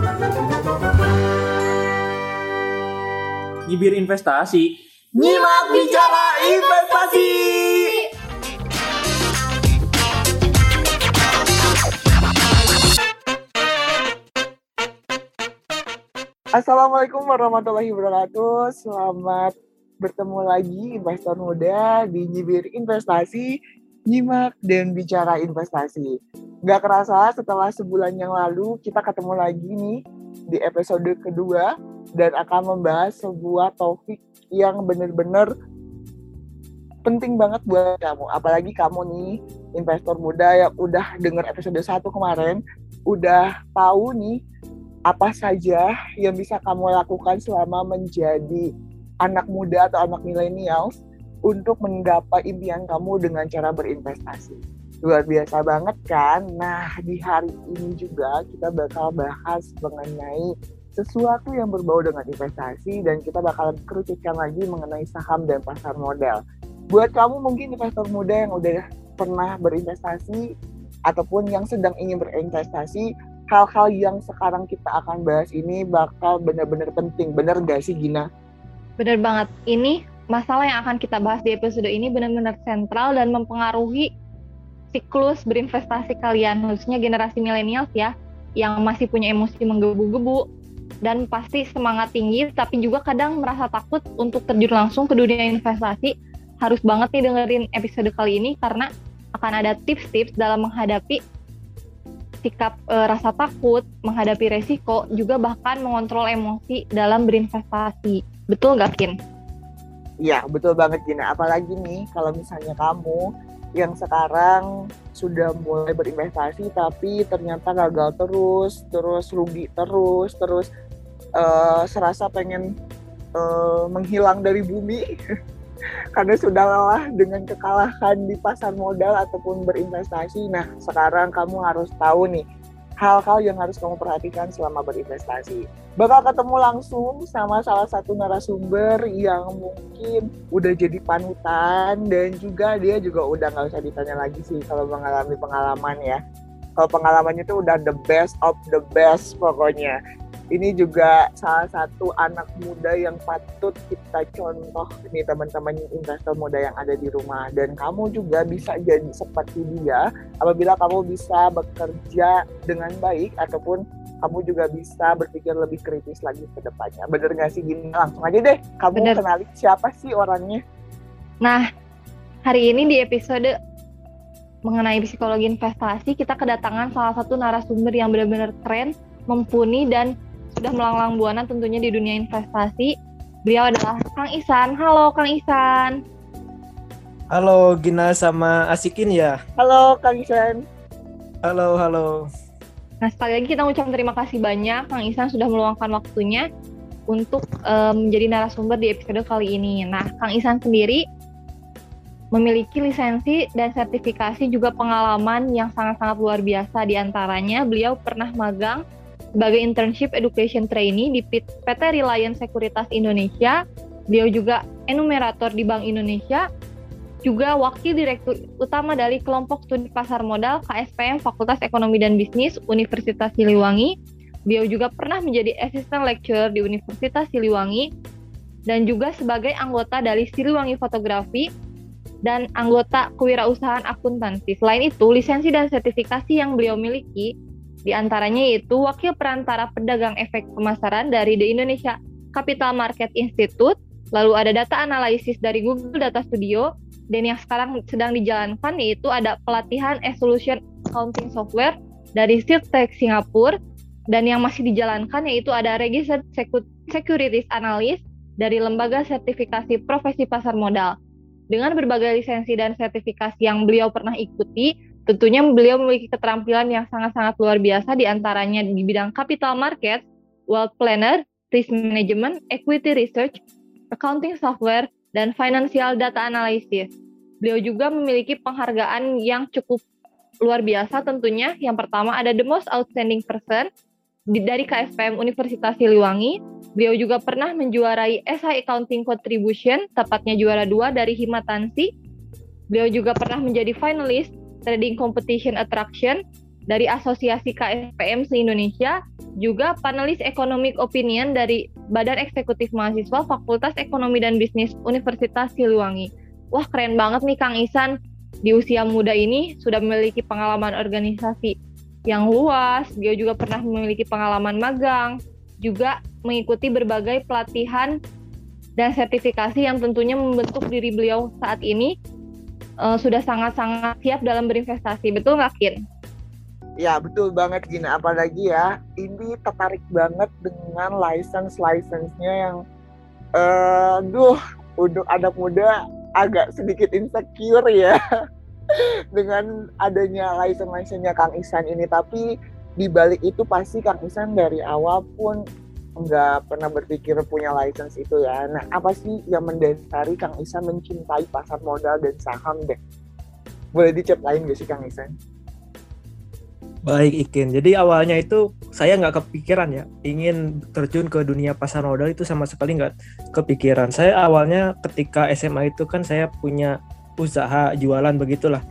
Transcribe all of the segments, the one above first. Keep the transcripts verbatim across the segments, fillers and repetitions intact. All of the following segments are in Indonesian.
Nyibir investasi. Nyimak bicara investasi. Assalamualaikum warahmatullahi wabarakatuh. Selamat bertemu lagi investor muda di Nyibir Investasi, Nyimak dan Bicara Investasi. Gak kerasa setelah sebulan yang lalu kita ketemu lagi nih di episode kedua dan akan membahas sebuah topik yang benar-benar penting banget buat kamu. Apalagi kamu nih investor muda yang udah dengar episode satu kemarin, udah tahu nih apa saja yang bisa kamu lakukan selama menjadi anak muda atau anak milenials untuk menggapai impian kamu dengan cara berinvestasi. Luar biasa banget kan? Nah, di hari ini juga kita bakal bahas mengenai sesuatu yang berbau dengan investasi dan kita bakalan kerucutkan lagi mengenai saham dan pasar modal. Buat kamu mungkin investor muda yang udah pernah berinvestasi ataupun yang sedang ingin berinvestasi, hal-hal yang sekarang kita akan bahas ini bakal benar-benar penting. Benar gak sih, Gina? Benar banget. Ini masalah yang akan kita bahas di episode ini benar-benar sentral dan mempengaruhi siklus berinvestasi kalian, khususnya generasi milenials ya, yang masih punya emosi menggebu-gebu dan pasti semangat tinggi, tapi juga kadang merasa takut untuk terjun langsung ke dunia investasi. Harus banget nih dengerin episode kali ini karena akan ada tips-tips dalam menghadapi sikap e, rasa takut, menghadapi resiko, juga bahkan mengontrol emosi dalam berinvestasi. Betul gak, Kin? Iya, betul banget, Gina. Apalagi nih kalau misalnya kamu yang sekarang sudah mulai berinvestasi tapi ternyata gagal terus, terus rugi terus, terus uh, serasa pengen uh, menghilang dari bumi karena sudah lelah dengan kekalahan di pasar modal ataupun berinvestasi. Nah, sekarang kamu harus tahu nih hal-hal yang harus kamu perhatikan selama berinvestasi. Bakal ketemu langsung sama salah satu narasumber yang mungkin udah jadi panutan dan juga dia juga udah gak usah ditanya lagi sih kalau mengalami pengalaman ya. Kalau pengalamannya itu udah the best of the best pokoknya. Ini juga salah satu anak muda yang patut kita contoh nih teman-teman investor muda yang ada di rumah. Dan kamu juga bisa jadi seperti dia apabila kamu bisa bekerja dengan baik ataupun kamu juga bisa berpikir lebih kritis lagi ke depannya. Bener gak sih, Gini? Langsung aja deh, kamu Bener. Kenali siapa sih orangnya? Nah, hari ini di episode mengenai psikologi investasi, kita kedatangan salah satu narasumber yang benar-benar keren, mumpuni, dan sudah melanglang buana tentunya di dunia investasi. Beliau adalah Kang Ihsan. Halo Kang Ihsan. Halo Gina sama Asikin ya. Halo Kang Ihsan. Halo, halo. Nah, sekali lagi kita ucapkan terima kasih banyak Kang Ihsan sudah meluangkan waktunya untuk um, menjadi narasumber di episode kali ini. Nah, Kang Ihsan sendiri memiliki lisensi dan sertifikasi juga pengalaman yang sangat-sangat luar biasa. Di antaranya beliau pernah magang sebagai internship education trainee di P T Reliance Sekuritas Indonesia. Beliau juga enumerator di Bank Indonesia, juga wakil direktur utama dari kelompok studi pasar modal K S P M Fakultas Ekonomi dan Bisnis Universitas Siliwangi. Beliau juga pernah menjadi assistant lecturer di Universitas Siliwangi dan juga sebagai anggota dari Siliwangi Fotografi dan anggota kewirausahaan akuntansi. Selain itu, lisensi dan sertifikasi yang beliau miliki di antaranya yaitu wakil perantara pedagang efek pemasaran dari The Indonesia Capital Market Institute, lalu ada data analisis dari Google Data Studio, dan yang sekarang sedang dijalankan yaitu ada pelatihan Solution Accounting Software dari Sirtech Singapura, dan yang masih dijalankan yaitu ada Registered Securities Analyst dari Lembaga Sertifikasi Profesi Pasar Modal. Dengan berbagai lisensi dan sertifikasi yang beliau pernah ikuti, tentunya beliau memiliki keterampilan yang sangat-sangat luar biasa, di antaranya di bidang capital market, wealth planner, risk management, equity research, accounting software, dan financial data analysis. Beliau juga memiliki penghargaan yang cukup luar biasa tentunya. Yang pertama ada The Most Outstanding Person dari K S P M Universitas Siliwangi. Beliau juga pernah menjuarai S I Accounting Contribution, tepatnya juara dua dari Himatansi. Beliau juga pernah menjadi finalis Trading Competition Attraction dari Asosiasi K S P M se-Indonesia, juga panelis Economic Opinion dari Badan Eksekutif Mahasiswa Fakultas Ekonomi dan Bisnis Universitas Siliwangi. Wah, keren banget nih Kang Ihsan. Di usia muda ini sudah memiliki pengalaman organisasi yang luas. Dia juga pernah memiliki pengalaman magang, juga mengikuti berbagai pelatihan dan sertifikasi yang tentunya membentuk diri beliau saat ini uh, sudah sangat-sangat siap dalam berinvestasi. Betul nggak, Kin? Ya, betul banget Gina. Apalagi ya, ini tertarik banget dengan license-license-nya yang uh, duh, untuk anak muda agak sedikit insecure ya dengan adanya license-license-nya Kang Ihsan ini. Tapi di balik itu pasti Kang Ihsan dari awal pun nggak pernah berpikir punya license itu ya. Nah, apa sih yang mendasari Kang Ihsan mencintai pasar modal dan saham deh? Boleh diceritain nggak sih Kang Ihsan? Baik Ikin, jadi awalnya itu saya nggak kepikiran ya ingin terjun ke dunia pasar modal, itu sama sekali nggak kepikiran. Saya awalnya ketika S M A itu kan saya punya usaha jualan begitulah,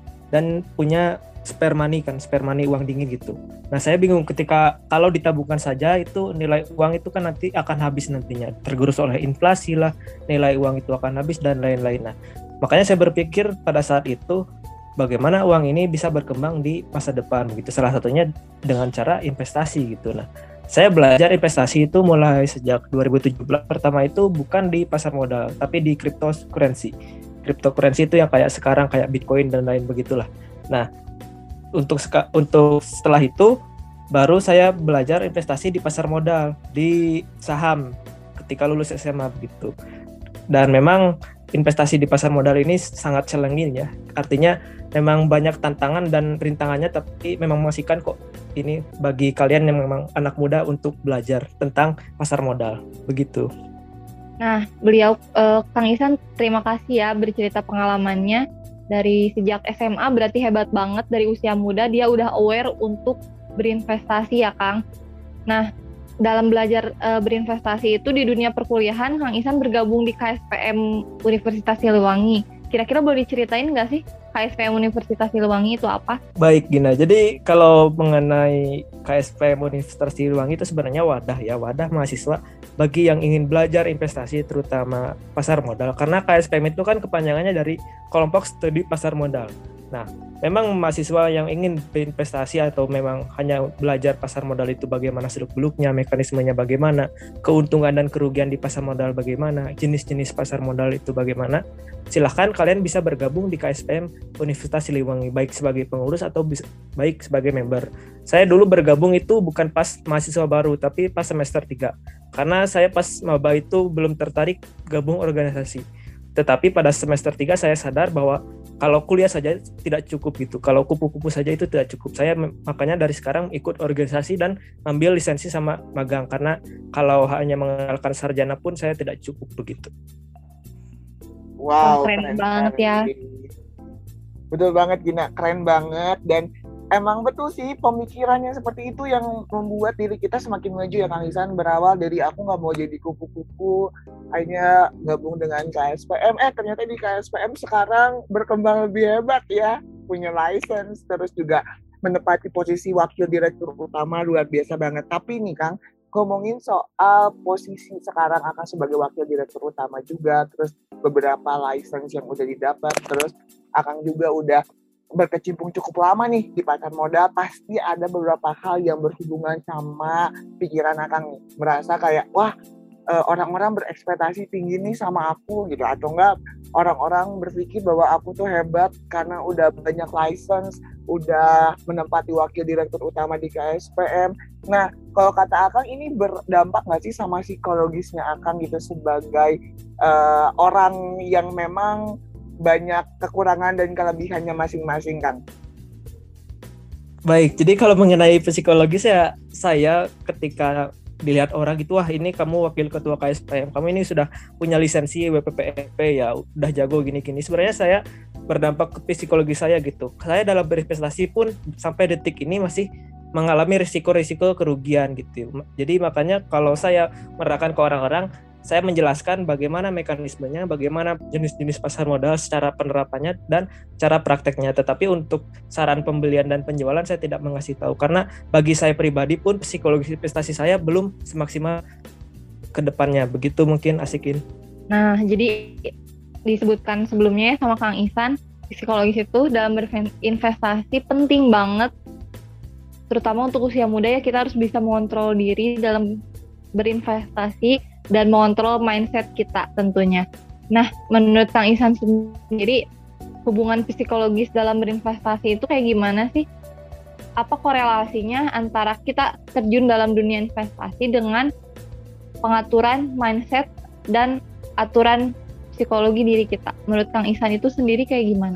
dan punya spare money kan, spare money uang dingin gitu. Nah saya bingung ketika kalau ditabungkan saja itu nilai uang itu kan nanti akan habis nantinya, tergerus oleh inflasi lah, nilai uang itu akan habis dan lain-lain. Nah makanya saya berpikir pada saat itu, bagaimana uang ini bisa berkembang di masa depan gitu. Salah satunya dengan cara investasi gitu. Nah, saya belajar investasi itu mulai sejak dua ribu tujuh belas. Pertama itu bukan di pasar modal, tapi di cryptocurrency. Cryptocurrency itu yang kayak sekarang kayak Bitcoin dan lain begitulah. Nah, untuk seka- untuk setelah itu baru saya belajar investasi di pasar modal, di saham ketika lulus S M A begitu. Dan memang investasi di pasar modal ini sangat challenging ya. Artinya memang banyak tantangan dan rintangannya, tapi memang memasihkan kok ini bagi kalian yang memang anak muda untuk belajar tentang pasar modal. Begitu. Nah, beliau eh, Kang Ihsan terima kasih ya bercerita pengalamannya dari sejak S M A, berarti hebat banget dari usia muda dia udah aware untuk berinvestasi ya Kang. Nah, dalam belajar uh, berinvestasi itu di dunia perkuliahan, Kang Ihsan bergabung di K S P M Universitas Siliwangi. Kira-kira boleh diceritain nggak sih K S P M Universitas Siliwangi itu apa? Baik Gina, jadi kalau mengenai K S P M Universitas Siliwangi itu sebenarnya wadah ya, wadah mahasiswa bagi yang ingin belajar investasi terutama pasar modal. Karena K S P M itu kan kepanjangannya dari kelompok studi pasar modal. Nah, memang mahasiswa yang ingin berinvestasi atau memang hanya belajar pasar modal itu bagaimana seluk-beluknya, mekanismenya bagaimana, keuntungan dan kerugian di pasar modal bagaimana, jenis-jenis pasar modal itu bagaimana, silahkan kalian bisa bergabung di K S P M Universitas Siliwangi, baik sebagai pengurus atau baik sebagai member. Saya dulu bergabung itu bukan pas mahasiswa baru, tapi pas semester tiga. Karena saya pas maba itu belum tertarik gabung organisasi. Tetapi pada semester tiga saya sadar bahwa kalau kuliah saja tidak cukup gitu. Kalau kupu-kupu saja itu tidak cukup. Saya makanya dari sekarang ikut organisasi dan ambil lisensi sama magang. Karena kalau hanya mengandalkan sarjana pun saya tidak cukup begitu. Wow, keren, keren banget ya. Betul banget Gina, keren banget. Dan emang betul sih pemikirannya seperti itu yang membuat diri kita semakin maju ya Kang Ihsan. Berawal dari aku nggak mau jadi kupu-kupu, akhirnya gabung dengan K S P M. Eh ternyata di K S P M sekarang berkembang lebih hebat ya, punya license, terus juga menempati posisi wakil direktur utama, luar biasa banget. Tapi nih Kang, ngomongin soal posisi sekarang akan sebagai wakil direktur utama juga, terus beberapa license yang udah didapat, terus Akang juga udah berkecimpung cukup lama nih di pasar modal, pasti ada beberapa hal yang berhubungan sama pikiran Akang nih. Merasa kayak, wah orang-orang berekspektasi tinggi nih sama aku gitu, atau enggak orang-orang berpikir bahwa aku tuh hebat karena udah banyak license, udah menempati wakil direktur utama di K S P M. Nah, kalau kata Akang ini berdampak nggak sih sama psikologisnya Akang gitu sebagai uh, orang yang memang banyak kekurangan dan kelebihannya masing-masing, Kang? Baik, jadi kalau mengenai psikologis ya, saya ketika dilihat orang gitu, wah ini kamu wakil ketua K S P M, kamu ini sudah punya lisensi W P P M P ya, udah jago gini-gini. Sebenarnya saya berdampak ke psikologi saya gitu. Saya dalam berinvestasi pun sampai detik ini masih mengalami risiko-risiko kerugian gitu. Jadi makanya kalau saya menerangkan ke orang-orang, saya menjelaskan bagaimana mekanismenya, bagaimana jenis-jenis pasar modal secara penerapannya dan cara prakteknya. Tetapi untuk saran pembelian dan penjualan saya tidak mengasih tahu, karena bagi saya pribadi pun psikologi investasi saya belum semaksimal ke depannya. Begitu mungkin Asikin. Nah, jadi disebutkan sebelumnya sama Kang Ihsan, psikologis itu dalam berinvestasi penting banget, terutama untuk usia muda ya. Kita harus bisa mengontrol diri dalam berinvestasi dan mengontrol mindset kita tentunya. Nah, menurut Kang Ihsan sendiri, hubungan psikologis dalam berinvestasi itu kayak gimana sih? Apa korelasinya antara kita terjun dalam dunia investasi dengan pengaturan mindset dan aturan psikologi diri kita? Menurut Kang Ihsan itu sendiri kayak gimana?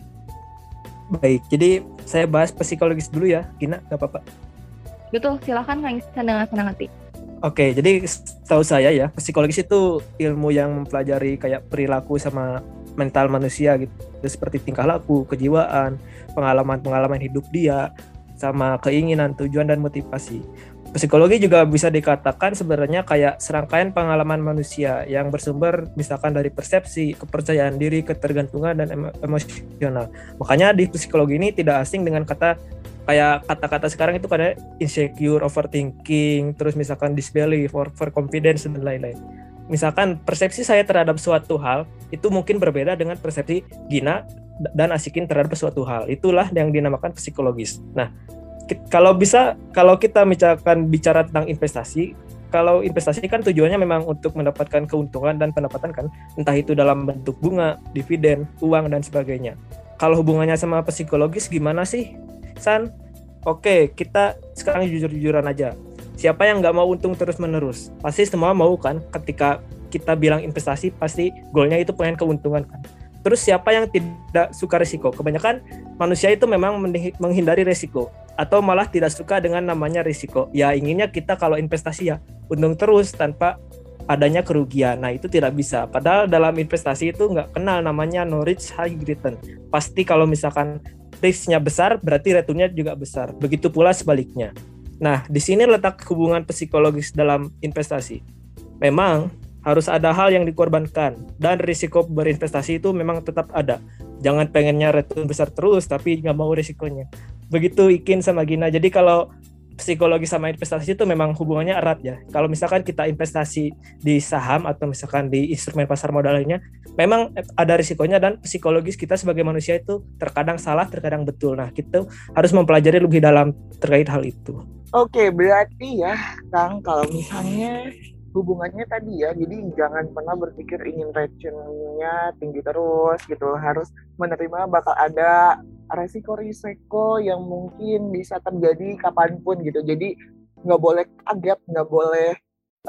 Baik, jadi saya bahas psikologis dulu ya, Gina, gak apa-apa? Betul, silakan Kang Ihsan dengan senang hati. Oke, jadi setahu saya ya, psikologis itu ilmu yang mempelajari kayak perilaku sama mental manusia gitu, seperti tingkah laku, kejiwaan, pengalaman-pengalaman hidup dia, sama keinginan, tujuan, dan motivasi. Psikologi juga bisa dikatakan sebenarnya kayak serangkaian pengalaman manusia yang bersumber misalkan dari persepsi, kepercayaan diri, ketergantungan, dan emo- emosional. Makanya di psikologi ini tidak asing dengan kata kayak kata-kata sekarang itu kayak insecure, overthinking, terus misalkan disbelief, overconfidence, dan lain-lain. Misalkan persepsi saya terhadap suatu hal itu mungkin berbeda dengan persepsi Gina dan Asikin terhadap suatu hal. Itulah yang dinamakan psikologis. Nah, kalau bisa, kalau kita misalkan bicara tentang investasi, kalau investasi kan tujuannya memang untuk mendapatkan keuntungan dan pendapatan kan, entah itu dalam bentuk bunga, dividen, uang, dan sebagainya. Kalau hubungannya sama psikologis gimana sih, San? Oke, kita sekarang jujur-jujuran aja. Siapa yang nggak mau untung terus-menerus? Pasti semua mau kan, ketika kita bilang investasi, pasti goalnya itu pengen keuntungan kan. Terus siapa yang tidak suka risiko? Kebanyakan manusia itu memang menghindari risiko, atau malah tidak suka dengan namanya risiko. Ya inginnya kita kalau investasi ya untung terus tanpa adanya kerugian. Nah itu tidak bisa. Padahal dalam investasi itu nggak kenal namanya no risk high return. Pasti kalau misalkan risknya besar berarti returnnya juga besar. Begitu pula sebaliknya. Nah di sini letak hubungan psikologis dalam investasi. Memang harus ada hal yang dikorbankan dan risiko berinvestasi itu memang tetap ada. Jangan pengennya return besar terus tapi nggak mau risikonya. Begitu Ikin sama Gina. Jadi kalau psikologi sama investasi itu memang hubungannya erat ya. Kalau misalkan kita investasi di saham atau misalkan di instrumen pasar modal lainnya, memang ada risikonya dan psikologis kita sebagai manusia itu terkadang salah, terkadang betul. Nah, kita harus mempelajari lebih dalam terkait hal itu. Oke, berarti ya Kang, kalau misalnya hubungannya tadi ya, jadi jangan pernah berpikir ingin returnnya tinggi terus gitu, harus menerima bakal ada resiko-risiko yang mungkin bisa terjadi kapanpun gitu. Jadi nggak boleh kaget, nggak boleh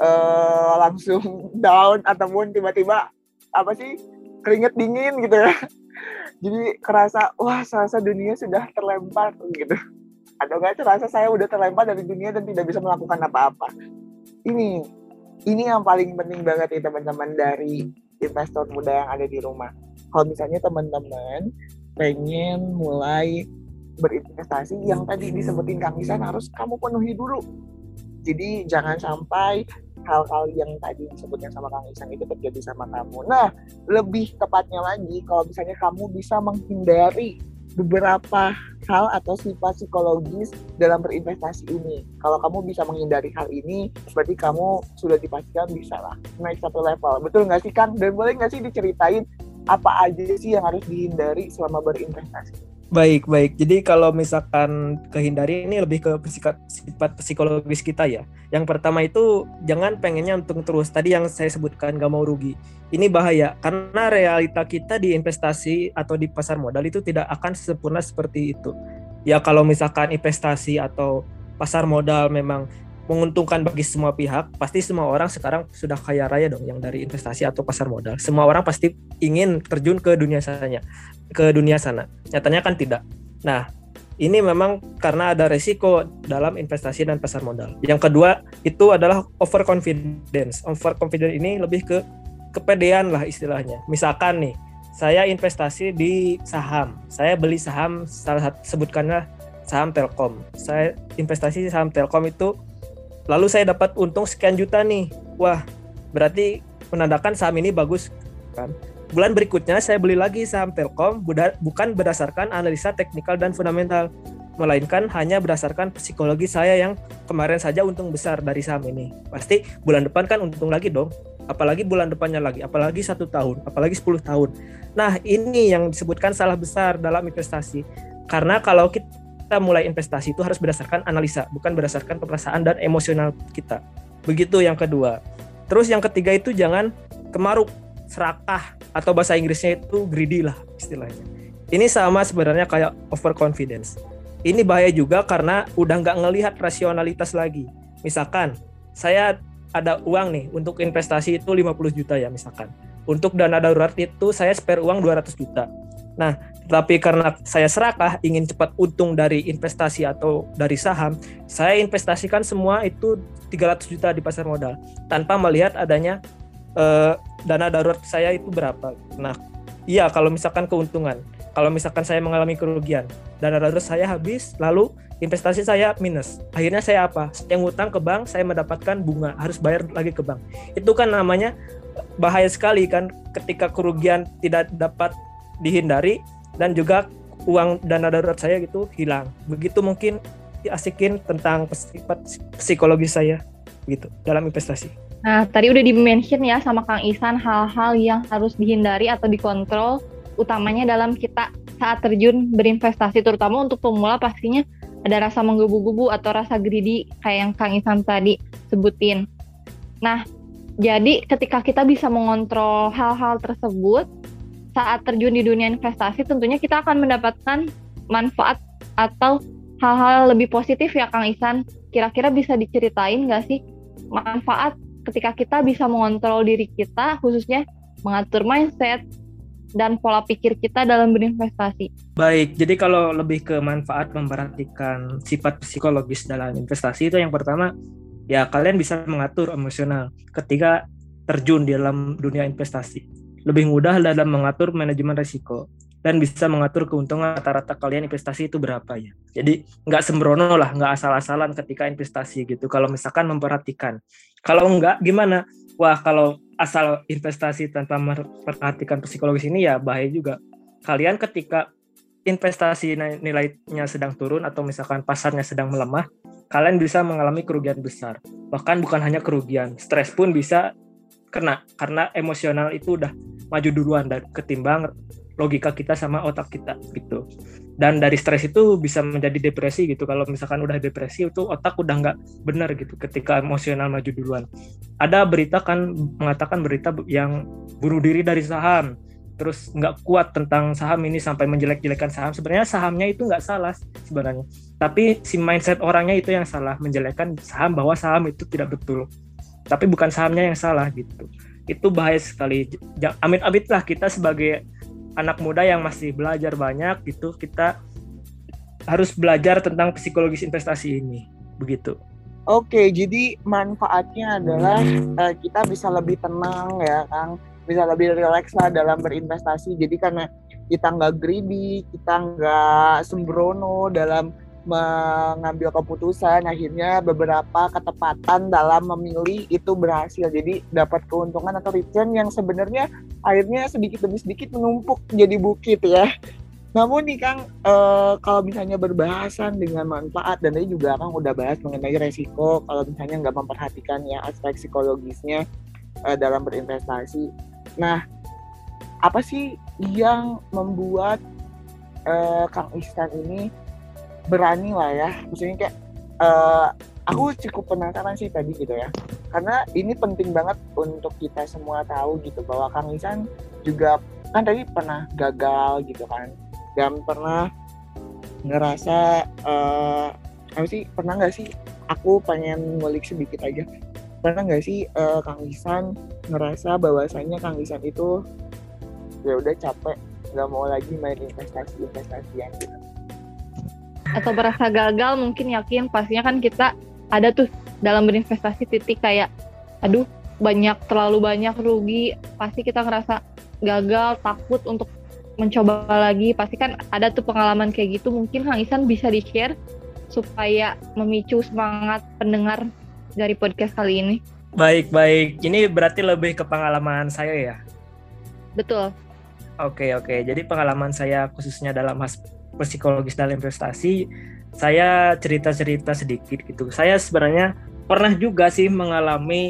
uh, langsung down ataupun tiba-tiba apa sih keringet dingin gitu ya. Jadi kerasa wah serasa dunia sudah terlempar gitu. Atau nggak terasa saya udah terlempar dari dunia dan tidak bisa melakukan apa-apa. Ini Ini yang paling penting banget ya teman-teman dari investor muda yang ada di rumah. Kalau misalnya teman-teman pengen mulai berinvestasi, yang tadi disebutin Kang Ihsan harus kamu penuhi dulu. Jadi jangan sampai hal-hal yang tadi disebutkan sama Kang Ihsan itu terjadi sama kamu. Nah, lebih tepatnya lagi kalau misalnya kamu bisa menghindari beberapa hal atau sifat psikologis dalam berinvestasi ini. Kalau kamu bisa menghindari hal ini, berarti kamu sudah dipastikan bisa lah naik satu level. Betul nggak sih Kang? Dan boleh nggak sih diceritain apa aja sih yang harus dihindari selama berinvestasi? Baik, baik. Jadi kalau misalkan kehindari ini lebih ke psika, sifat psikologis kita ya. Yang pertama itu jangan pengennya untung terus. Tadi yang saya sebutkan gak mau rugi. Ini bahaya karena realita kita di investasi atau di pasar modal itu tidak akan sempurna seperti itu. Ya kalau misalkan investasi atau pasar modal memang menguntungkan bagi semua pihak, pasti semua orang sekarang sudah kaya raya dong yang dari investasi atau pasar modal. Semua orang pasti ingin terjun ke dunia sana, ke dunia sana. Nyatanya kan tidak. Nah, ini memang karena ada resiko dalam investasi dan pasar modal. Yang kedua itu adalah overconfidence. Overconfidence ini lebih ke kepedean lah istilahnya. Misalkan nih, saya investasi di saham. Saya beli saham, salah satu sebutkanlah saham Telkom. Saya investasi di saham Telkom itu, lalu saya dapat untung sekian juta nih. Wah, berarti menandakan saham ini bagus kan. Bulan berikutnya saya beli lagi saham Telkom, bukan berdasarkan analisa teknikal dan fundamental, melainkan hanya berdasarkan psikologi saya yang kemarin saja untung besar dari saham ini. Pasti bulan depan kan untung lagi dong, apalagi bulan depannya lagi, apalagi satu tahun, apalagi sepuluh tahun. Nah, ini yang disebutkan salah besar dalam investasi. Karena kalau kita mulai investasi itu harus berdasarkan analisa, bukan berdasarkan perasaan dan emosional kita. Begitu yang kedua. Terus yang ketiga itu jangan kemaruk, serakah, atau bahasa Inggrisnya itu greedy lah istilahnya. Ini sama sebenarnya kayak overconfidence. Ini bahaya juga karena udah nggak ngelihat rasionalitas lagi. Misalkan saya ada uang nih untuk investasi itu lima puluh juta ya misalkan. Untuk dana darurat itu saya spare uang dua ratus juta. Nah, tapi karena saya serakah ingin cepat untung dari investasi atau dari saham, saya investasikan semua itu tiga ratus juta di pasar modal tanpa melihat adanya eh, dana darurat saya itu berapa. Nah, iya kalau misalkan keuntungan, kalau misalkan saya mengalami kerugian, dana darurat saya habis, lalu investasi saya minus. Akhirnya saya apa? Saya ngutang ke bank, saya mendapatkan bunga, harus bayar lagi ke bank. Itu kan namanya bahaya sekali kan, ketika kerugian tidak dapat dihindari dan juga uang dana darurat saya gitu hilang. Begitu mungkin diasikin tentang psikologi saya gitu dalam investasi. Nah, tadi udah di-mention ya sama Kang Ihsan hal-hal yang harus dihindari atau dikontrol, utamanya dalam kita saat terjun berinvestasi, terutama untuk pemula pastinya ada rasa menggebu-gebu atau rasa greedy kayak yang Kang Ihsan tadi sebutin. Nah, jadi ketika kita bisa mengontrol hal-hal tersebut, saat terjun di dunia investasi tentunya kita akan mendapatkan manfaat atau hal-hal lebih positif ya Kang Ihsan. Kira-kira bisa diceritain nggak sih manfaat ketika kita bisa mengontrol diri kita, khususnya mengatur mindset dan pola pikir kita dalam berinvestasi? Baik, jadi kalau lebih ke manfaat memperhatikan sifat psikologis dalam investasi itu yang pertama, ya kalian bisa mengatur emosional ketika terjun di dalam dunia investasi. Lebih mudah dalam mengatur manajemen risiko dan bisa mengatur keuntungan rata-rata kalian investasi itu berapa ya. Jadi nggak sembrono lah, nggak asal-asalan ketika investasi gitu. Kalau misalkan memperhatikan, kalau nggak gimana? Wah, kalau asal investasi tanpa memperhatikan psikologis ini ya bahaya juga. Kalian ketika investasi nilainya sedang turun atau misalkan pasarnya sedang melemah, kalian bisa mengalami kerugian besar. Bahkan bukan hanya kerugian, stres pun bisa kena karena emosional itu udah maju duluan dan ketimbang logika kita sama otak kita gitu. Dan dari stres itu bisa menjadi depresi gitu. Kalau misalkan udah depresi itu otak udah nggak benar gitu ketika emosional maju duluan. Ada berita kan mengatakan berita yang bunuh diri dari saham, terus nggak kuat tentang saham ini sampai menjelek-jelekan saham. Sebenarnya sahamnya itu nggak salah sebenarnya, tapi si mindset orangnya itu yang salah, menjelekkan saham bahwa saham itu tidak betul, tapi bukan sahamnya yang salah gitu. Itu bahaya sekali. Amit-amit lah kita sebagai anak muda yang masih belajar banyak gitu, kita harus belajar tentang psikologis investasi ini begitu. Oke, jadi manfaatnya adalah uh, kita bisa lebih tenang ya Kang, bisa lebih rileks lah dalam berinvestasi. Jadi karena kita nggak greedy, kita nggak sembrono dalam mengambil keputusan, akhirnya beberapa ketepatan dalam memilih itu berhasil. Jadi dapat keuntungan atau return yang sebenarnya akhirnya sedikit demi sedikit menumpuk jadi bukit ya. Namun nih Kang, eh, kalau misalnya berbahasan dengan manfaat, dan tadi juga Kang udah bahas mengenai resiko kalau misalnya nggak memperhatikan ya aspek psikologisnya eh, dalam berinvestasi. Nah, apa sih yang membuat eh, Kang Ihsan ini berani lah ya, maksudnya kayak uh, aku cukup penasaran sih tadi gitu ya, karena ini penting banget untuk kita semua tahu gitu bahwa Kang Ihsan juga kan tadi pernah gagal gitu kan, dan pernah ngerasa uh, apa sih pernah nggak sih aku pengen ngulik sedikit aja, pernah nggak sih uh, Kang Ihsan ngerasa bahwasanya Kang Ihsan itu ya udah capek, nggak mau lagi main investasi-investasian gitu, atau merasa gagal? Mungkin yakin pastinya kan kita ada tuh dalam berinvestasi titik kayak aduh banyak terlalu banyak rugi, pasti kita ngerasa gagal, takut untuk mencoba lagi, pasti kan ada tuh pengalaman kayak gitu. Mungkin Kang Ihsan bisa di-share supaya memicu semangat pendengar dari podcast kali ini. Baik-baik, ini berarti lebih ke pengalaman saya ya? Betul. Oke, oke. Jadi pengalaman saya khususnya dalam hal psikologis dalam investasi, saya cerita-cerita sedikit gitu. Saya sebenarnya pernah juga sih mengalami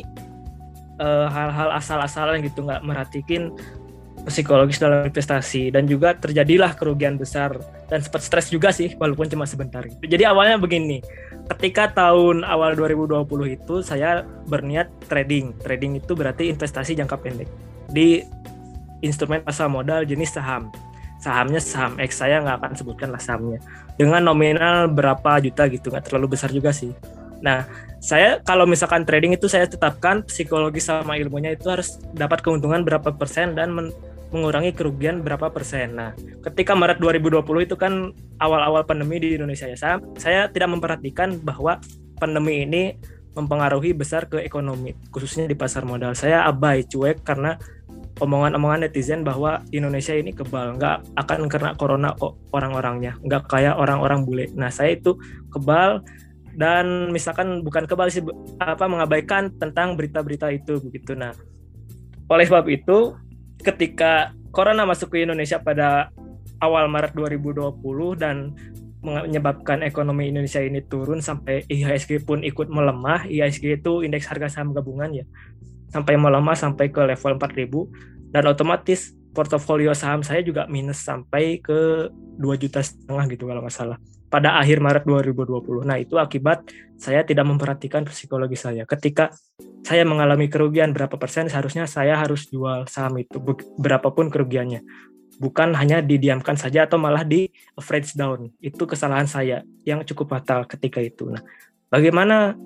uh, hal-hal asal-asalan gitu, nggak merhatiin psikologis dalam investasi, dan juga terjadilah kerugian besar dan sempat stres juga sih walaupun cuma sebentar gitu. Jadi awalnya begini, ketika tahun awal dua ribu dua puluh itu saya berniat trading. Trading itu berarti investasi jangka pendek di instrumen pasar modal jenis saham. Sahamnya saham X, saya nggak akan sebutkan lah sahamnya, dengan nominal berapa juta gitu, nggak terlalu besar juga sih. Nah, saya kalau misalkan trading itu saya tetapkan psikologi sama ilmunya itu harus dapat keuntungan berapa persen dan men- mengurangi kerugian berapa persen. Nah, ketika Maret dua ribu dua puluh itu kan awal-awal pandemi di Indonesia ya, saya, saya tidak memperhatikan bahwa pandemi ini mempengaruhi besar ke ekonomi, khususnya di pasar modal. Saya abai, cuek karena omongan-omongan netizen bahwa Indonesia ini kebal, nggak akan kena corona kok orang-orangnya, nggak kayak orang-orang bule. Nah, saya itu kebal dan misalkan bukan kebal sih, apa mengabaikan tentang berita-berita itu begitu. Nah, oleh sebab itu ketika corona masuk ke Indonesia pada awal Maret dua ribu dua puluh dan menyebabkan ekonomi Indonesia ini turun sampai I H S G pun ikut melemah. I H S G itu indeks harga saham gabungan ya, sampai melemah sampai ke level empat ribu, dan otomatis portofolio saham saya juga minus sampai ke dua juta setengah gitu kalau nggak salah pada akhir Maret dua ribu dua puluh. Nah, itu akibat saya tidak memperhatikan psikologi saya. Ketika saya mengalami kerugian berapa persen, seharusnya saya harus jual saham itu berapapun kerugiannya, bukan hanya didiamkan saja atau malah di average down. Itu kesalahan saya yang cukup fatal ketika itu. Nah, bagaimana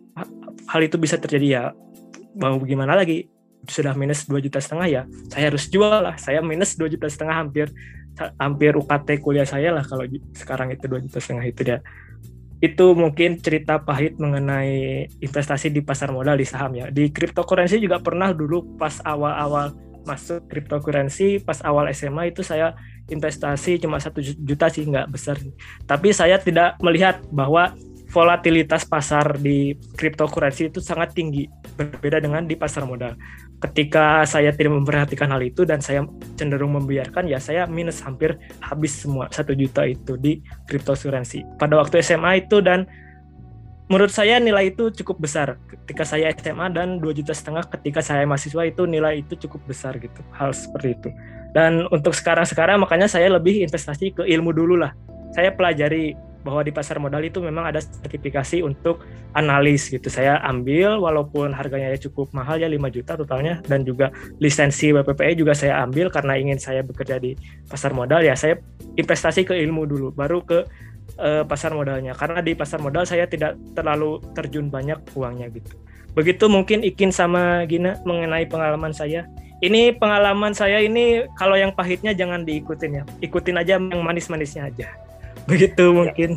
hal itu bisa terjadi ya? Mau bagaimana lagi, sudah minus dua juta setengah ya, saya harus jual lah. Saya minus dua juta setengah, hampir hampir U K T kuliah saya lah kalau sekarang itu dua juta setengah itu dia. Itu mungkin cerita pahit mengenai investasi di pasar modal di saham ya. Di cryptocurrency juga pernah dulu pas awal-awal masuk cryptocurrency, pas awal S M A itu saya investasi cuma satu juta sih, nggak besar. Tapi saya tidak melihat bahwa volatilitas pasar di cryptocurrency itu sangat tinggi, berbeda dengan di pasar modal. Ketika saya tidak memperhatikan hal itu dan saya cenderung membiarkan, ya saya minus hampir habis semua satu juta itu di cryptocurrency pada waktu S M A itu. Dan menurut saya nilai itu cukup besar ketika saya S M A, dan dua juta setengah ketika saya mahasiswa itu nilai itu cukup besar gitu, hal seperti itu. Dan untuk sekarang-sekarang makanya saya lebih investasi ke ilmu dulu lah. Saya pelajari bahwa di pasar modal itu memang ada sertifikasi untuk analis gitu. Saya ambil walaupun harganya ya cukup mahal ya, lima juta totalnya, dan juga lisensi B P P E juga saya ambil karena ingin saya bekerja di pasar modal ya. Saya investasi ke ilmu dulu baru ke uh, pasar modalnya, karena di pasar modal saya tidak terlalu terjun banyak uangnya gitu. Begitu mungkin Ikin sama Gina mengenai pengalaman saya. Ini pengalaman saya ini kalau yang pahitnya jangan diikutin ya, ikutin aja yang manis-manisnya aja. Begitu mungkin.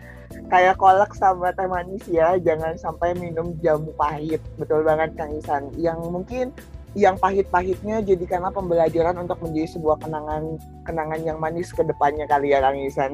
Kayak kolak sama teh manis ya, jangan sampai minum jamu pahit. Betul banget Kang Ihsan. Yang mungkin yang pahit-pahitnya jadikanlah pembelajaran untuk menjadi sebuah kenangan kenangan yang manis ke depannya kali ya Kang Ihsan.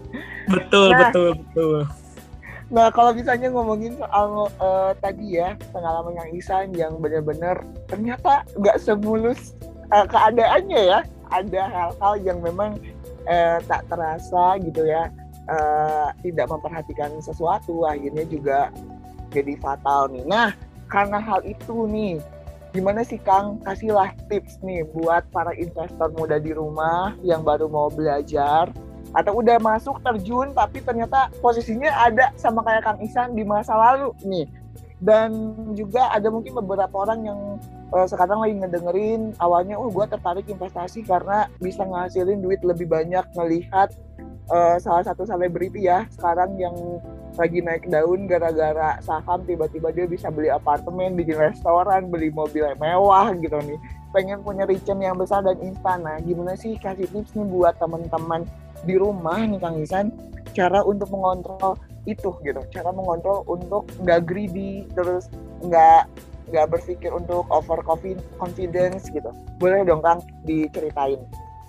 Betul, nah, betul, betul. Nah, kalau misalnya ngomongin soal uh, tadi ya, pengalaman Kang Ihsan yang benar-benar ternyata nggak semulus uh, keadaannya ya. Ada hal-hal yang memang Eh, tak terasa gitu ya, eh, tidak memperhatikan sesuatu, akhirnya juga jadi fatal nih. Nah, karena hal itu nih, gimana sih Kang, kasihlah tips nih buat para investor muda di rumah yang baru mau belajar atau udah masuk terjun tapi ternyata posisinya ada sama kayak Kang Ihsan di masa lalu nih. Dan juga ada mungkin beberapa orang yang Uh, sekarang lagi ngedengerin, awalnya oh gue tertarik investasi karena bisa ngasilin duit lebih banyak, ngelihat uh, salah satu selebriti ya sekarang yang lagi naik daun gara-gara saham, tiba-tiba dia bisa beli apartemen, bikin restoran, beli mobil mewah gitu nih, pengen punya return yang besar dan instan. Nah, gimana sih kasih tips nih buat teman-teman di rumah nih Kang Ihsan, cara untuk mengontrol itu gitu, cara mengontrol untuk nggak greedy, terus nggak nggak berpikir untuk over confidence gitu. Boleh dong Kang diceritain.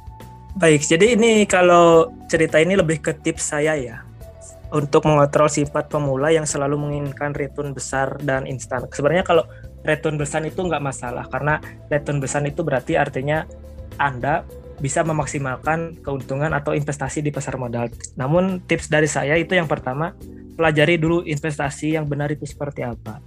Baik, jadi ini kalau cerita ini lebih ke tips saya ya, untuk mengontrol sifat pemula yang selalu menginginkan return besar dan instan. Sebenarnya kalau return besar itu nggak masalah, karena return besar itu berarti artinya Anda bisa memaksimalkan keuntungan atau investasi di pasar modal. Namun tips dari saya itu yang pertama, pelajari dulu investasi yang benar itu seperti apa.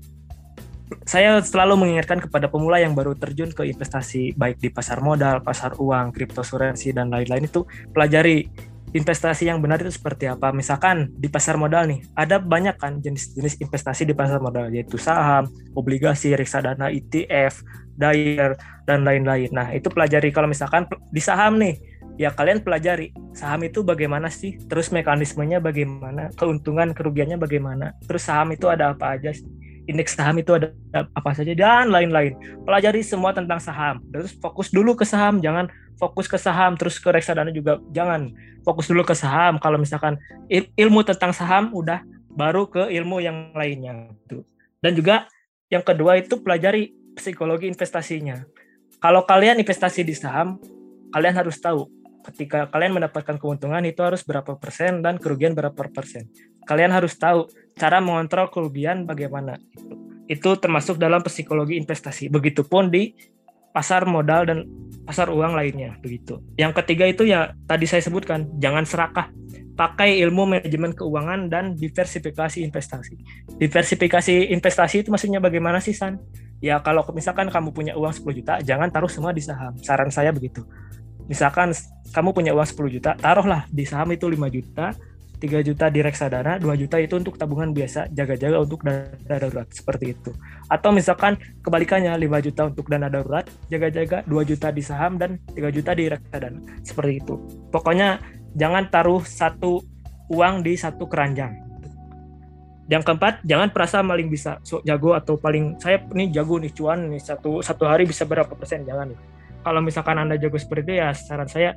Saya selalu mengingatkan kepada pemula yang baru terjun ke investasi baik di pasar modal, pasar uang, cryptocurrency dan lain-lain, itu pelajari investasi yang benar itu seperti apa. Misalkan di pasar modal nih, ada banyak kan jenis-jenis investasi di pasar modal, yaitu saham, obligasi, reksadana, E T F, D I R, dan lain-lain. Nah, itu pelajari. Kalau misalkan di saham nih, ya kalian pelajari saham itu bagaimana sih, terus mekanismenya bagaimana, keuntungan, kerugiannya bagaimana, terus saham itu ada apa aja, indeks saham itu ada apa saja, dan lain-lain. Pelajari semua tentang saham. Terus fokus dulu ke saham, jangan fokus ke saham terus ke reksadana juga jangan. Fokus dulu ke saham. Kalau misalkan il- ilmu tentang saham udah, baru ke ilmu yang lainnya gitu. Dan juga yang kedua itu pelajari psikologi investasinya. Kalau kalian investasi di saham, kalian harus tahu ketika kalian mendapatkan keuntungan itu harus berapa persen dan kerugian berapa persen. Kalian harus tahu cara mengontrol kerugian bagaimana. Itu termasuk dalam psikologi investasi. Begitupun di pasar modal dan pasar uang lainnya, begitu. Yang ketiga itu ya tadi saya sebutkan, jangan serakah. Pakai ilmu manajemen keuangan dan diversifikasi investasi. Diversifikasi investasi itu maksudnya bagaimana sih, San? Ya kalau misalkan kamu punya uang sepuluh juta, jangan taruh semua di saham. Saran saya begitu. Misalkan kamu punya uang sepuluh juta, taruhlah di saham itu lima juta, tiga juta di reksadana, dua juta itu untuk tabungan biasa, jaga-jaga untuk dana darurat, seperti itu. Atau misalkan kebalikannya, lima juta untuk dana darurat, jaga-jaga dua juta di saham dan tiga juta di reksadana, seperti itu. Pokoknya jangan taruh satu uang di satu keranjang. Yang keempat, jangan perasa paling bisa, so, jago atau paling saya nih jago nih cuan nih satu satu hari bisa berapa persen, jangan. Kalau misalkan Anda jago seperti itu, ya saran saya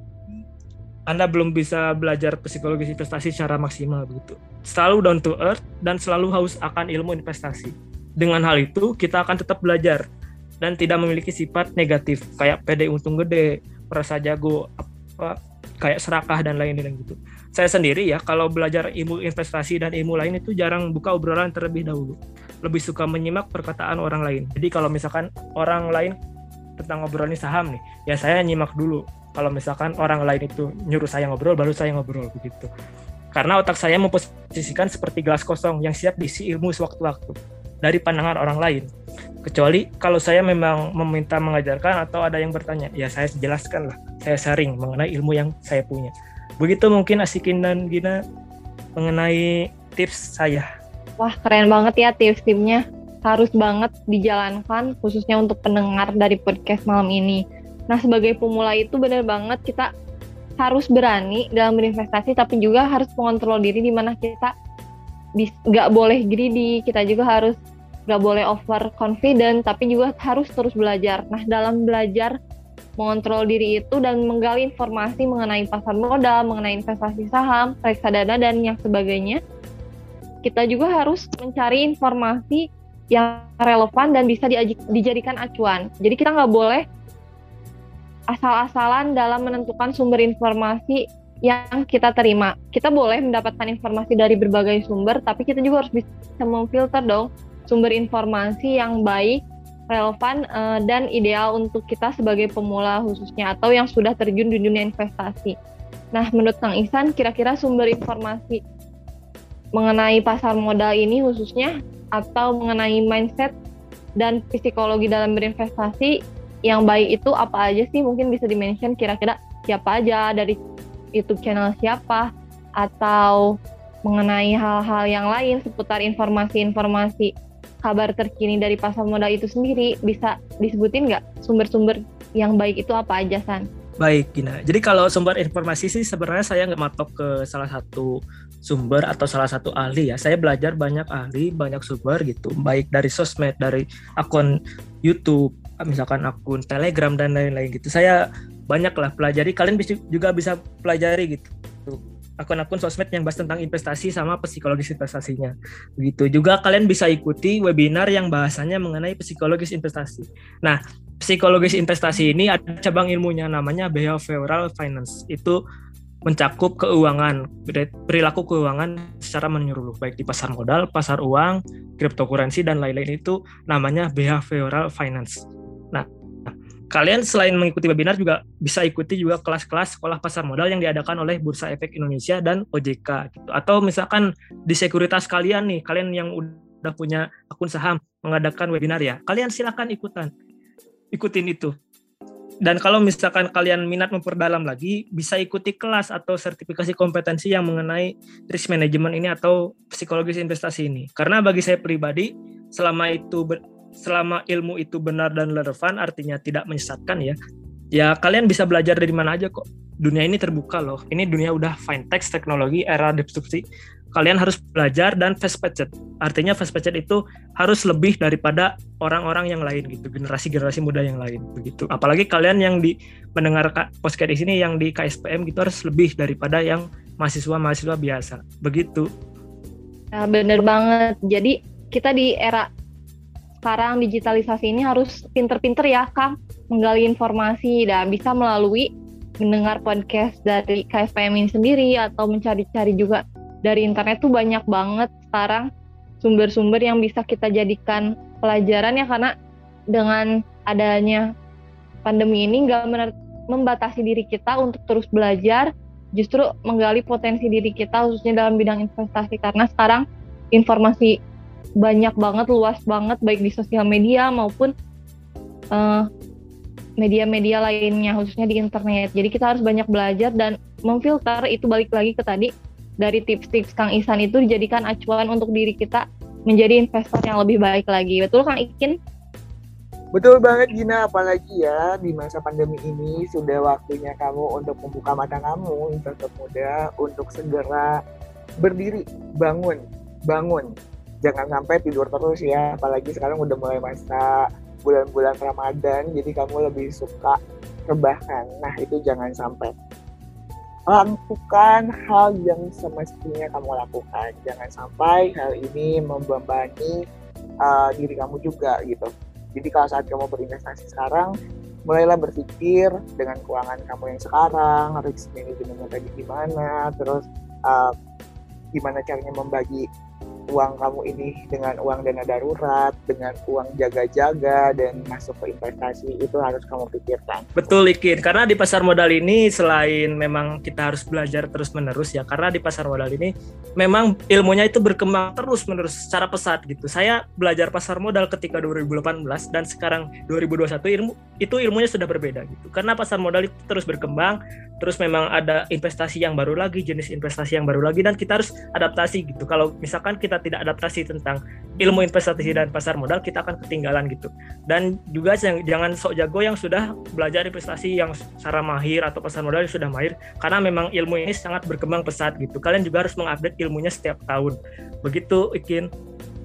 Anda belum bisa belajar psikologi investasi secara maksimal begitu. Selalu down to earth dan selalu haus akan ilmu investasi. Dengan hal itu kita akan tetap belajar dan tidak memiliki sifat negatif kayak pede untung gede, merasa jago, apa kayak serakah dan lain-lain gitu. Saya sendiri ya kalau belajar ilmu investasi dan ilmu lain itu jarang buka obrolan terlebih dahulu. Lebih suka menyimak perkataan orang lain. Jadi kalau misalkan orang lain tentang ngobrolin saham nih, ya saya nyimak dulu. Kalau misalkan orang lain itu nyuruh saya ngobrol, baru saya ngobrol begitu. Karena otak saya memposisikan seperti gelas kosong yang siap diisi ilmu sewaktu-waktu dari pandangan orang lain. Kecuali kalau saya memang meminta mengajarkan atau ada yang bertanya, ya saya jelaskan lah, saya sharing mengenai ilmu yang saya punya. Begitu mungkin Asikin dan Gina mengenai tips saya. Wah, keren banget ya tips-tipsnya. Harus banget dijalankan khususnya untuk pendengar dari podcast malam ini. Nah, sebagai pemula itu benar banget kita harus berani dalam berinvestasi, tapi juga harus mengontrol diri di mana kita nggak boleh greedy, kita juga harus nggak boleh over confident, tapi juga harus terus belajar. Nah, dalam belajar mengontrol diri itu dan menggali informasi mengenai pasar modal, mengenai investasi saham, reksadana, dan yang sebagainya, kita juga harus mencari informasi yang relevan dan bisa dijadikan acuan. Jadi kita nggak boleh asal-asalan dalam menentukan sumber informasi yang kita terima. Kita boleh mendapatkan informasi dari berbagai sumber, tapi kita juga harus bisa memfilter dong sumber informasi yang baik, relevan, uh, dan ideal untuk kita sebagai pemula khususnya atau yang sudah terjun di dunia investasi. Nah, menurut Kang Ihsan, kira-kira sumber informasi mengenai pasar modal ini khususnya atau mengenai mindset dan psikologi dalam berinvestasi yang baik itu apa aja sih? Mungkin bisa di-mention kira-kira siapa aja, dari YouTube channel siapa, atau mengenai hal-hal yang lain seputar informasi-informasi kabar terkini dari pasar modal itu sendiri. Bisa disebutin nggak sumber-sumber yang baik itu apa aja, San? Baik, Gina. Jadi kalau sumber informasi sih sebenarnya saya nggak matok ke salah satu sumber atau salah satu ahli ya. Saya belajar banyak ahli, banyak sumber gitu. Baik dari sosmed, dari akun YouTube, misalkan akun Telegram dan lain-lain gitu. Saya banyak lah pelajari. Kalian bisa, juga bisa pelajari gitu. Akun-akun sosmed yang bahas tentang investasi sama psikologis investasinya. Begitu. Juga kalian bisa ikuti webinar yang bahasanya mengenai psikologis investasi. Nah, psikologis investasi ini ada cabang ilmunya namanya behavioral finance. Itu mencakup keuangan, perilaku keuangan secara menyeluruh, baik di pasar modal, pasar uang, cryptocurrency, dan lain-lain. Itu namanya behavioral finance. Nah, kalian selain mengikuti webinar juga bisa ikuti juga kelas-kelas sekolah pasar modal yang diadakan oleh Bursa Efek Indonesia dan O J K gitu. Atau misalkan di sekuritas kalian nih, kalian yang udah punya akun saham mengadakan webinar ya, kalian silakan ikutan. Ikutin itu. Dan kalau misalkan kalian minat memperdalam lagi, bisa ikuti kelas atau sertifikasi kompetensi yang mengenai risk management ini atau psikologis investasi ini. Karena bagi saya pribadi, selama itu selama ilmu itu benar dan relevan, artinya tidak menyesatkan ya, ya kalian bisa belajar dari mana aja kok. Dunia ini terbuka loh. Ini dunia udah fintech, teknologi, era disrupsi. Kalian harus belajar dan fast-paced. Artinya fast-paced itu harus lebih daripada orang-orang yang lain gitu, generasi-generasi muda yang lain begitu. Apalagi kalian yang di mendengar podcast di sini yang di K S P M gitu harus lebih daripada yang mahasiswa-mahasiswa biasa. Begitu. Nah, bener banget. Jadi kita di era sekarang digitalisasi ini harus pinter-pinter ya Kang, menggali informasi dan bisa melalui mendengar podcast dari K S P M ini sendiri atau mencari-cari juga dari internet tuh banyak banget sekarang sumber-sumber yang bisa kita jadikan pelajaran ya, karena dengan adanya pandemi ini nggak membatasi diri kita untuk terus belajar, justru menggali potensi diri kita khususnya dalam bidang investasi, karena sekarang informasi banyak banget, luas banget baik di sosial media maupun uh, media-media lainnya khususnya di internet. Jadi kita harus banyak belajar dan memfilter. Itu balik lagi ke tadi, dari tips-tips Kang Ihsan itu dijadikan acuan untuk diri kita menjadi investor yang lebih baik lagi. Betul Kang Ikin? Betul banget Gina, apalagi ya di masa pandemi ini sudah waktunya kamu untuk membuka mata kamu, investor muda, untuk segera berdiri, bangun, bangun. Jangan sampai tidur terus ya, apalagi sekarang udah mulai masa bulan-bulan Ramadan, jadi kamu lebih suka rebahan. Nah itu jangan sampai. Lakukan hal yang semestinya kamu lakukan. Jangan sampai hal ini membebani uh, diri kamu juga gitu. Jadi kalau saat kamu berinvestasi sekarang, mulailah berpikir dengan keuangan kamu yang sekarang, risk manajemennya tadi gimana, terus uh, gimana caranya membagi uang kamu ini dengan uang dana darurat, dengan uang jaga-jaga dan masuk ke investasi, itu harus kamu pikirkan. Betul Ikin, karena di pasar modal ini selain memang kita harus belajar terus-menerus ya, karena di pasar modal ini memang ilmunya itu berkembang terus-menerus secara pesat gitu. Saya belajar pasar modal ketika dua ribu delapan belas dan sekarang dua ribu dua puluh satu ilmu itu ilmunya sudah berbeda gitu. Karena pasar modal itu terus berkembang, terus memang ada investasi yang baru lagi, jenis investasi yang baru lagi, dan kita harus adaptasi gitu. Kalau misalkan kita tidak adaptasi tentang ilmu investasi dan pasar modal, kita akan ketinggalan gitu. Dan juga jangan sok jago yang sudah belajar investasi yang secara mahir atau pasar modal yang sudah mahir, karena memang ilmu ini sangat berkembang pesat gitu. Kalian juga harus mengupdate ilmunya setiap tahun. Begitu Ikin.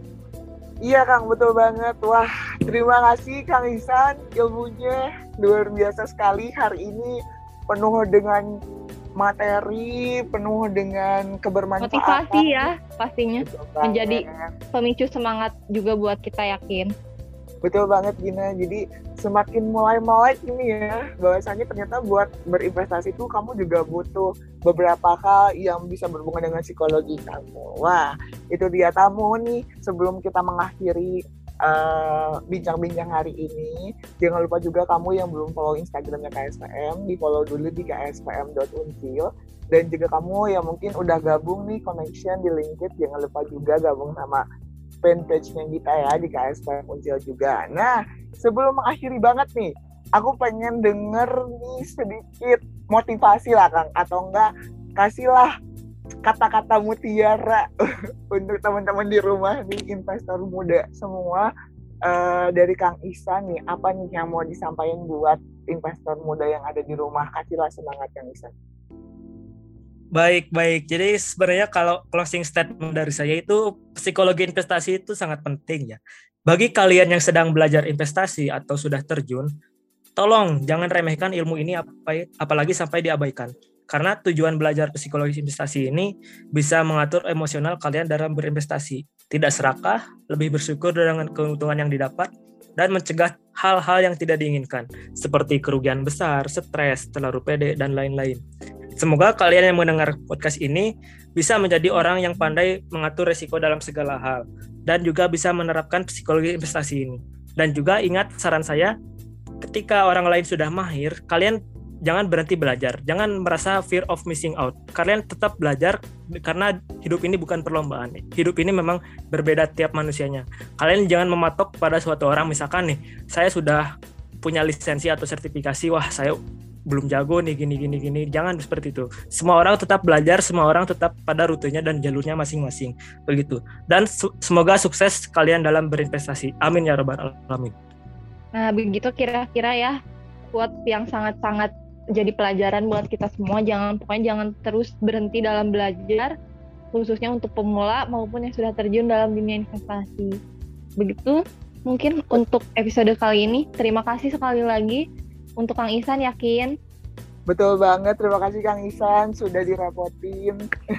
Iya Kang, betul banget. Wah, terima kasih Kang Ihsan, ilmunya luar biasa sekali hari ini, penuh dengan materi, penuh dengan kebermanfaatan. Motivasi ya pastinya, menjadi pemicu semangat juga buat kita yakin. Betul banget Gina, jadi semakin mulai melek ini ya, bahwasanya ternyata buat berinvestasi itu kamu juga butuh beberapa hal yang bisa berhubungan dengan psikologi kamu. Wah, itu dia tamu nih, sebelum kita mengakhiri uh, bincang-bincang hari ini, jangan lupa juga kamu yang belum follow Instagramnya K S P M, di follow dulu di k s p m dot unsil. Dan juga kamu yang mungkin udah gabung nih connection di LinkedIn, jangan lupa juga gabung sama fanpage-nya kita ya di K S P M Unsil juga. Nah, sebelum mengakhiri banget nih, aku pengen denger nih sedikit motivasi lah Kang, atau enggak kasihlah kata-kata mutiara untuk teman-teman di rumah nih, investor muda semua, uh, dari Kang Ihsan nih, apa nih yang mau disampaikan buat investor muda yang ada di rumah? Kasihlah semangat Kang Ihsan. Baik, baik. Jadi sebenarnya kalau closing statement dari saya itu, psikologi investasi itu sangat penting ya. Bagi kalian yang sedang belajar investasi atau sudah terjun, tolong jangan remehkan ilmu ini, apalagi sampai diabaikan. Karena tujuan belajar psikologi investasi ini bisa mengatur emosional kalian dalam berinvestasi. Tidak serakah, lebih bersyukur dengan keuntungan yang didapat, dan mencegah hal-hal yang tidak diinginkan, seperti kerugian besar, stres, terlalu pede, dan lain-lain. Semoga kalian yang mendengar podcast ini bisa menjadi orang yang pandai mengatur resiko dalam segala hal dan juga bisa menerapkan psikologi investasi ini. Dan juga ingat saran saya, ketika orang lain sudah mahir, kalian jangan berhenti belajar. Jangan merasa fear of missing out. Kalian tetap belajar karena hidup ini bukan perlombaan. Hidup ini memang berbeda tiap manusianya. Kalian jangan mematok pada suatu orang, misalkan nih, saya sudah punya lisensi atau sertifikasi, wah saya belum jago nih gini gini gini. Jangan seperti itu. Semua orang tetap belajar, semua orang tetap pada rutenya dan jalurnya masing-masing. Begitu. Dan su- semoga sukses kalian dalam berinvestasi. Amin ya rabbal alamin. Nah, begitu kira-kira ya, quote yang sangat-sangat jadi pelajaran buat kita semua. Jangan pokoknya jangan terus berhenti dalam belajar, khususnya untuk pemula maupun yang sudah terjun dalam dunia investasi. Begitu mungkin untuk episode kali ini. Terima kasih sekali lagi untuk Kang Ihsan, Yakin. Betul banget, terima kasih Kang Ihsan sudah direpotin.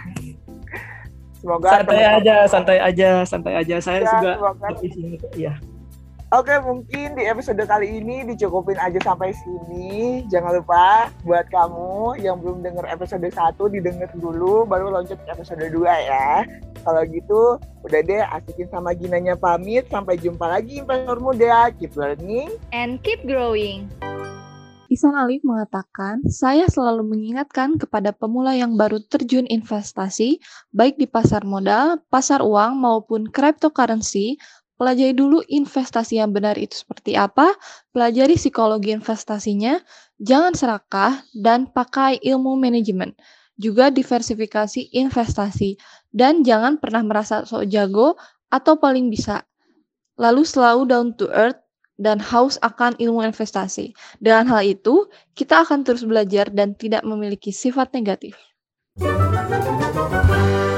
Semoga santai teman-teman... aja, santai aja, santai aja. Saya ya, juga di sini. Iya. Oke, mungkin di episode kali ini dicukupin aja sampai sini. Jangan lupa buat kamu yang belum dengar episode satu didengar dulu, baru lanjut ke episode dua ya. Kalau gitu, udah deh, Asikin sama Ginanya pamit. Sampai jumpa lagi investor muda. Keep learning and keep growing. Ihsan Alif mengatakan, saya selalu mengingatkan kepada pemula yang baru terjun investasi, baik di pasar modal, pasar uang, maupun cryptocurrency. Pelajari dulu investasi yang benar itu seperti apa, pelajari psikologi investasinya, jangan serakah, dan pakai ilmu manajemen. Juga diversifikasi investasi, dan jangan pernah merasa sok jago atau paling bisa. Lalu selalu down to earth dan haus akan ilmu investasi. Dengan hal itu, kita akan terus belajar dan tidak memiliki sifat negatif.